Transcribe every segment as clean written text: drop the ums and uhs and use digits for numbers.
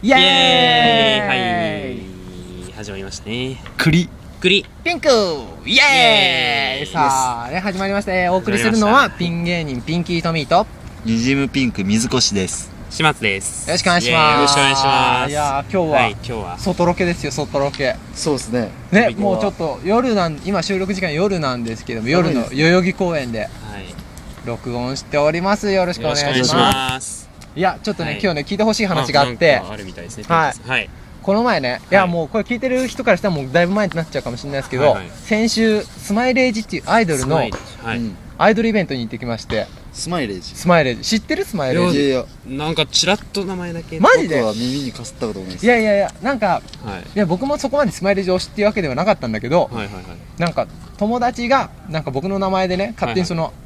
イエーイ、 はい、始まりましたね。 栗栗ピンクイエーイ。さあね、始まりました。お送りするのはピン芸人ピンキートミーとにじむピンク水越です。 島津です。 よろしくお願いします。 よろしくお願いします。 いやー今日は外ロケですよ。外ロケそうですね。 ね、もうちょっと今収録時間夜なんですけども、夜の代々木公園で録音しております。よろしくお願いします。いやちょっとね、今日ね聞いてほしい話があって、 あるみたいですね。 はい、この前ね、いやもうこれ聞いてる人からしたらもうだいぶ前になっちゃうかもしれないですけど、先週スマイレージっていうアイドルのアイドルイベントに行ってきまして。 スマイレージ知ってる？スマイレージ。 いやなんかチラッと名前だけ。 マジで？ 僕は耳にかすったことないです。 いやなんか、いや僕もそこまでスマイレージ推しっていうわけではなかったんだけど、なんか友達がなんか僕の名前でね勝手にその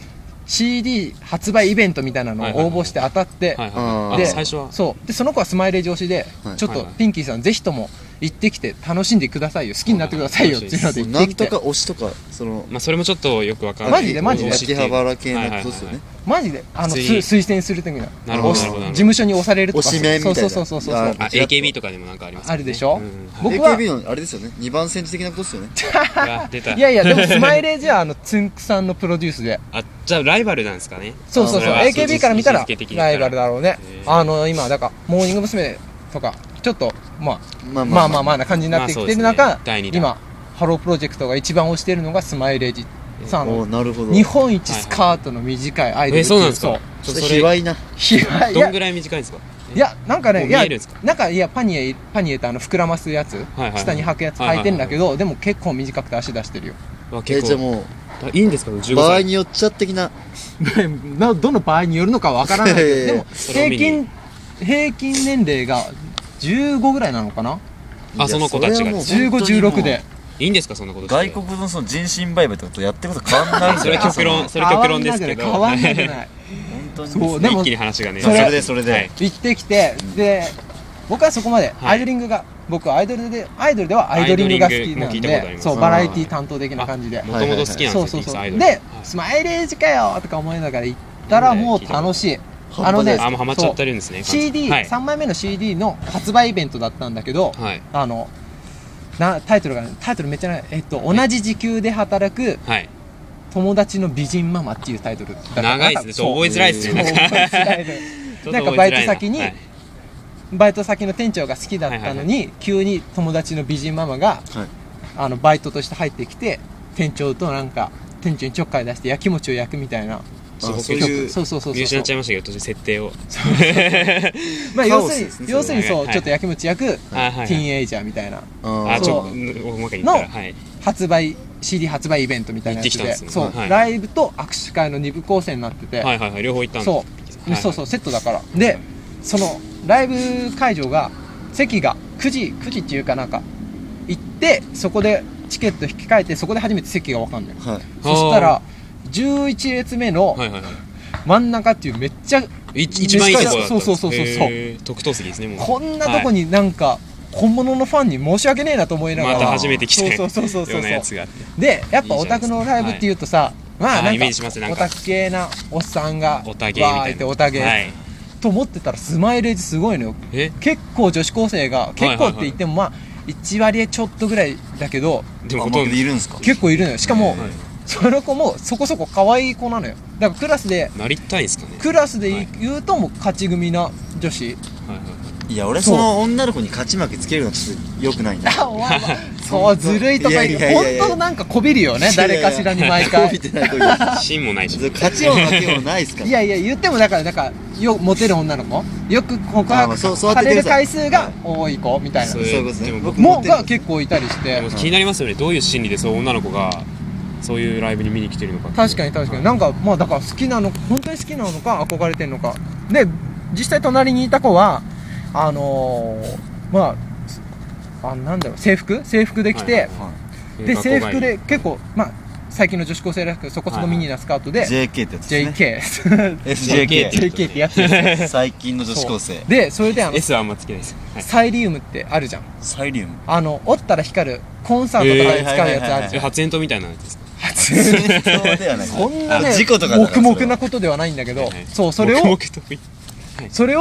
CD 発売イベントみたいなのを応募して当たって、で最初はそうでその子はスマイレージ推しで、ちょっとピンキーさんぜひとも行ってきて楽しんでくださいよ、好きになってくださいよっていうので行ってきて、 なんとか推しとかそれもちょっとよくわかんない。 マジで秋葉原系のことですよね。 マジで推薦する時の事務所に押されるとか、 推しメンみたいな。 そう AKB とかでもなんかあります。 あるでしょ。 僕は AKB のあれですよね、2番センチ的なことですよね。 いやでもスマイレージはつんくさんのプロデュースで、 じゃあライバルなんですかね。 そう AKB から見たらライバルだろうね。今だからモーニング娘。とかちょっとまあな感じになってきてる中、今ハロープロジェクトが一番推しているのがスマイレージさん。なるほど。日本一スカートの短いアイドル。 そうなんですか。 卑猥な。 どんぐらい短いんですか。 いやなんかね、パニエって膨らますやつ、下に履くやつ履いてんだけど、でも結構短くて足出してるよ。 じゃあもういいんですか。 場合によっちゃ的などの場合によるのかわからないけど、でも平均年齢が15ぐらいなのかな。 その子たちが 15、16でいいんですか、そんなこと。 外国のその人身売買とかとやってること変わんない。 それ極論ですけど、 変わんなくない。 そうでも一気に話がね。 それで行ってきて、で僕はそこまでアイドリングが、僕はアイドルではアイドリングが好きなんで、そうバラエティ担当的な感じでもともと好きなんですよ。 そうでスマイレージかよとか思いながら行ったらもう楽しい。 もうハマっちゃってるんですね。 3枚目の CD の発売イベントだったんだけど、タイトルめっちゃ同じ時給で働く友達の美人ママっていうタイトルだった。 長いですね。覚えづらいですね。 なんかバイト先の店長が好きだったのに、急に友達の美人ママがバイトとして入ってきて、店長にちょっかい出して焼き餅を焼くみたいな。 そう見失っちゃいましたけど、設定を。 要するにちょっと焼き餅焼くティーンエイジャーみたいなのCD 発売イベントみたいなやつで、ライブと握手会の2部構成になってて、 両方行ったんです。そうセットだから。でそのライブ会場が席が9時っていうかなんか行って、そこでチケット引き換えて、そこで初めて席が分かんない。そしたら11列目の真ん中っていうめっちゃ一番いいとこだった。 そう特等席ですね。もうこんなとこになんか本物のファンに申し訳ねえなと思いながら、 また初めて来てそうようなやつがあって、 でやっぱオタクのライブっていうとさ、なんかオタク系なおっさんがオタゲーみたいなオタゲーと思ってたら、スマイレージすごいのよ。結構女子高生が、結構って言っても1割ちょっとぐらいだけど、 でもほとんどいるんですか。 結構いるのよ。しかもその子もそこそこ可愛い子なのよ。だからクラスでなりたいんですかね。 クラスで言うともう勝ち組な女子。 いや俺その女の子に勝ち負けつけるのはちょっと良くないんだ。 そうずるいとか言って本当なんかこびるよね、誰かしらに毎回。 芯もないし勝ちも負けもないですから。 いや言ってもだからモテる女の子、よく告白される回数が多い子みたいな、そういうことですね。僕もが結構いたりして、 気になりますよね。どういう心理でそう女の子がそういうライブに見に来てるのか。 確かになんかだから本当に好きなのか憧れてるのかで、実際隣にいた子は制服で来て、で制服で結構最近の女子高生らしくそこそこミニなスカートで JK ってやつですね。JK ってやつです。 最近の女子高生で、それで S はあんまつけないです。 サイリウムってあるじゃん。 サイリウム折ったら光るコンサートとかで使うやつあるじゃん。 発煙筒みたいなやつですか。 発煙筒ではない。 そんなね事故とか黙々なことではないんだけど、それを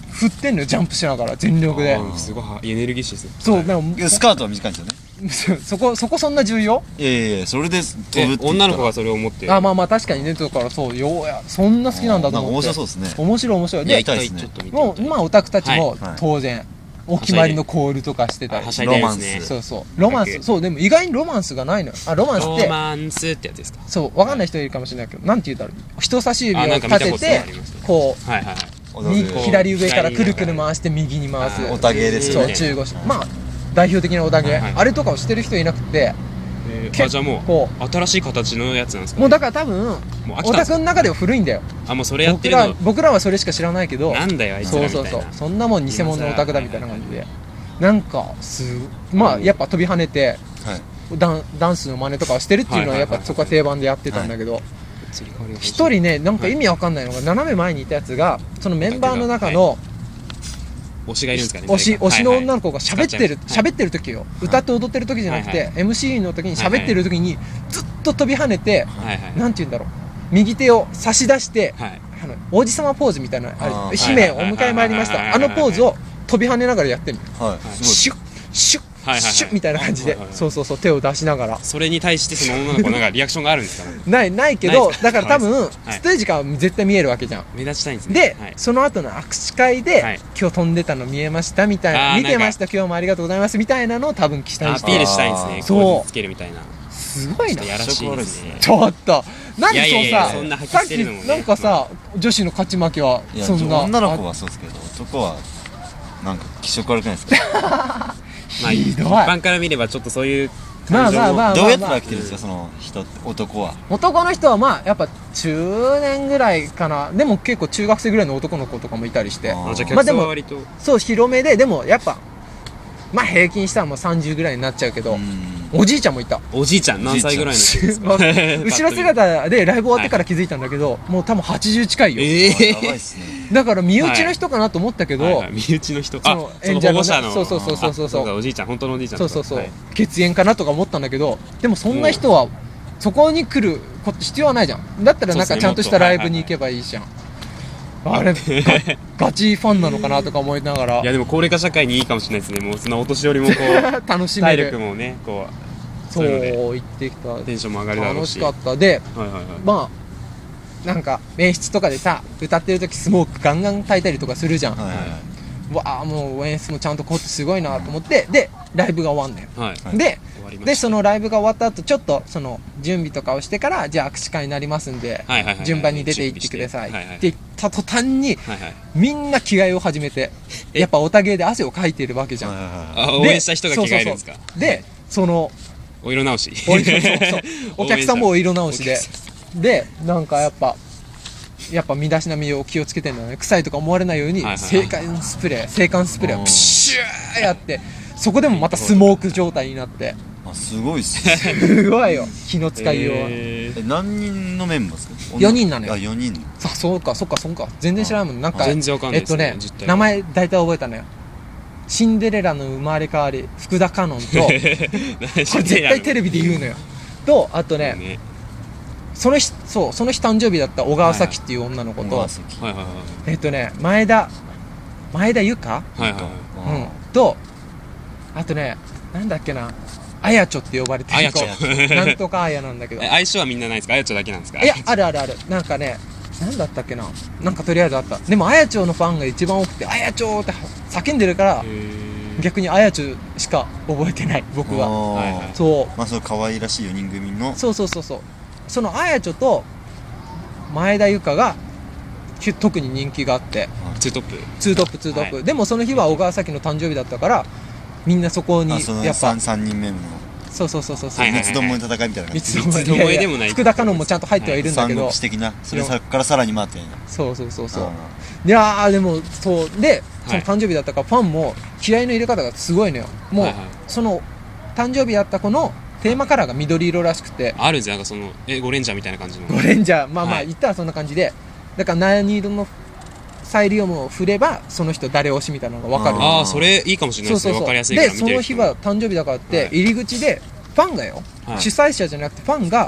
振ってんのよ、ジャンプしながら全力で。 すごいエネルギッシュですね。 そう、でもスカートは短いんですよね。 そこそんな重要？ いやいやいや、それで飛ぶって言ったら女の子がそれを思ってまあ確かにね。だからそう、そんな好きなんだと思って。 面白そうですね。 面白い。 やりたいですね。 ちょっと見てみたい。 もうまあオタクたちもはい当然お決まりのコールとかしてたり。 はしゃいでるんですね。 そうロマンス、そうでも意外にロマンスがないのよ。ロマンスってロマンスってやつですか。 そうわかんない人いるかもしれないけど、なんて言うだろう、人差し指を立ててこうはいはい左上からくるくる回して右に回す。 おたげですそうね。 中腰。まあ代表的なおたげ、あれとかをしてる人いなくて。 じゃあもう新しい形のやつなんですか。 もうだから多分オタクの中では古いんだよ。 もうそれやってるの。 僕らはそれしか知らないけど、 なんだよあいつらみたいな。 そうそんなもん偽物のオタクだみたいな感じで、なんかまあやっぱ飛び跳ねてダンスの真似とかをしてるっていうのはやっぱそこは定番でやってたんだけど、一人ねなんか意味わかんないのが、斜め前にいたやつがそのメンバーの中の推しがいるんですかね。 推しの女の子が喋ってる時よ、歌って踊ってる時じゃなくて MC の時に喋ってる時にずっと飛び跳ねて、なんて言うんだろう、右手を差し出して王子様ポーズみたいな、姫をお迎え参りました、あのポーズを飛び跳ねながらやってるの。シュッシュッシュッみたいな感じで、そう手を出しながら。 それに対してその女の子なんかリアクションがあるんですかね。 ないけど、だから多分ステージから絶対見えるわけじゃん。 目立ちたいんですね。 でその後の握手会で今日飛んでたの見えましたみたいな、見てました今日もありがとうございますみたいなのを多分期待してアピールしたいんですね。そうつけるみたいな。 すごいな。 やらしいですね。 ちょっとなんでそんなさっきなんかさ女子の勝ち負けはそんな、 女の子はそうですけど男はなんか気色悪くないですか。 まあ一般から見ればちょっとそういう感情をどうやって来てるんですか、その人って男は。 男の人はまあやっぱ中年ぐらいかな。でも結構中学生ぐらいの男の子とかもいたりして、 まあでもそう広めで、でもやっぱまあ平均したらもう30ぐらいになっちゃうけど、おじいちゃんもいた。 おじいちゃん何歳ぐらいの人ですか。 後ろ姿でライブ終わってから気づいたんだけど、もう多分80近いよ。 やばいっすね。 だから身内の人かなと思ったけど、 身内の人、 その保護者の、そうおじいちゃん、本当のおじいちゃん、 そう血縁かなとか思ったんだけど、でもそんな人はそこに来る必要はないじゃん。だったらなんかちゃんとしたライブに行けばいいじゃん。あれガチファンなのかなとか思いながら。 いやでも高齢化社会にいいかもしれないですね。もうそんなお年寄りもこう楽しめる、 体力もねこうそう言ってきた。 テンションも上がるだろうし楽しかった。で、まあなんか演出とかでさ歌ってる時スモークガンガン焚いたりとかするじゃん。わあもう演出もちゃんとこうってすごいなと思って、でライブが終わんだよ。でそのライブが終わった後ちょっとその準備とかをしてから、じゃあ握手会になりますんで順番に出て行ってくださいって言った途端にみんな着替えを始めて、やっぱおたげで汗をかいてるわけじゃん。 応援した人が着替えるんですか。 でそのお色直しお客さんもお色直しでなんかやっぱ身だしなみを気をつけてんだね。臭いとか思われないように制汗スプレーをプシューやって、そこでもまたスモーク状態になって、 すごいっすね。 すごいよ気の使いようは。 何人のメンバーですか。 4人なのよ。 4人。 そうか全然知らないもん。なんか全然わかんないですね。 名前大体覚えたのよ。シンデレラの生まれ変わり福田香音とこれ絶対テレビで言うのよ。とあとねその日誕生日だった小川咲っていう女の子と、前田由香と、あとねなんだっけな、あやちょって呼ばれてる子、なんとかあやなんだけど。 相性はみんなないですか。あやちょだけなんですか。 いやあるなんかね、なんだったっけな、なんかとりあえずあった。でもあやちょのファンが一番多くて、あやちょって叫んでるから逆にあやちょしか覚えてない僕は。そうまあそう可愛らしい4人組のそうそのあやちょと前田由香が特に人気があって、 ツートップ、 でもその日は小川咲の誕生日だったからみんなそこにやっぱ 3人目のそう三つどもえの戦いみたいな感じ。 三つどもえでもない。福田香音もちゃんと入ってはいるんだけど、 三国志的な、それからさらに回ってそういやでもそうで、その誕生日だったからファンも気合いの入れ方がすごいのよ。もうその誕生日だった子のテーマカラーが緑色らしくて、 あるんですよ。なんかそのゴレンジャーみたいな感じの。 ゴレンジャー、まあ言ったらそんな感じで、だから何色のサイリウムを振ればその人誰推しみたいなのが分かる。 ああそれいいかもしれないですね。分かりやすいから見てる人。 でその日は誕生日だからって入り口でファンがよ、主催者じゃなくてファンが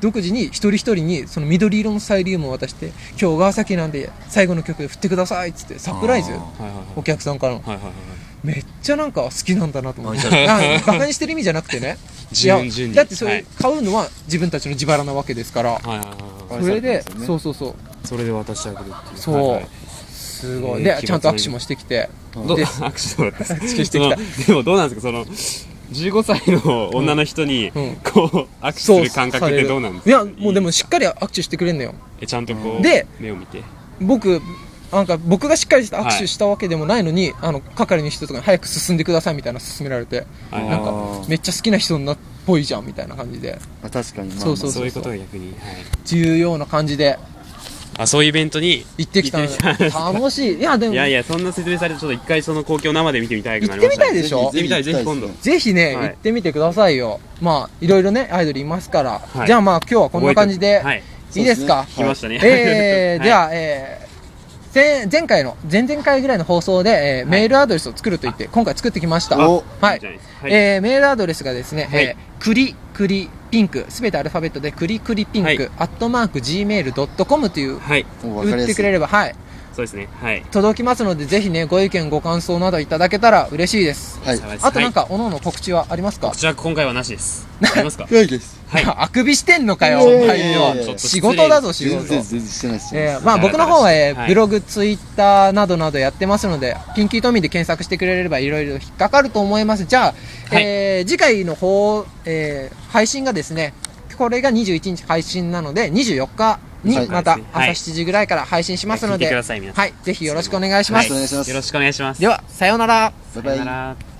独自に一人一人にその緑色のサイリウムを渡して、今日小川崎なんで最後の曲で振ってくださいっつってサプライズ、お客さんからの、めっちゃなんか好きなんだなと思ってバカにしてる意味じゃなくてねいやだってそれ買うのは自分たちの自腹なわけですから、それでそうそれで渡してあげるっていう、 そうすごいでちゃんと握手もしてきて、 で握手してもらった握手してきた。 でもどうなんですか、その15歳の女の人にこう握手する感覚ってどうなんですか。 いやもうでもしっかり握手してくれんのよ。 ちゃんとこうで目を見て、 僕がしっかりした握手したわけでもないのに、係の人とかに早く進んでくださいみたいな勧められて、なんかめっちゃ好きな人っぽいじゃんみたいな感じで、 確かにそういうことが逆に重要な感じでそういうイベントに行ってきたの楽しい。いやでもいやそんな説明されてちょっと一回その光景を生で見てみたいくなり行ってましたね。 みたいでしょ。 行ってみたい、ぜひ今度ぜひね、行ってみてくださいよ。まあいろいろねアイドルいますから、じゃあまあ今日はこんな感じでいいですか。 来ましたね。 では前々回ぐらいの放送で、メールアドレスを作ると言って今回作ってきました。はい。メールアドレスがですね、クリピンク、すべてアルファベットでクリピンク@gmail.com という打ってくれればそうですね、 届きますので、ぜひねご意見ご感想などいただけたら嬉しいです。あとなんか各々告知はありますか。 告知は今回はなしです。ありますか。 ないです。 あくびしてんのかよ。仕事だぞ仕事。まあ僕の方はブログ、ツイッターなどなどやってますので、ピンキートミーで検索してくれればいろいろ引っかかると思います。じゃあ次回の配信がですね、これが21日配信なので24日にまた朝7時ぐらいから配信しますので、ぜひよろしくお願いします。 よろしくお願いします。 ではさようなら。 バイバイ。 さようなら。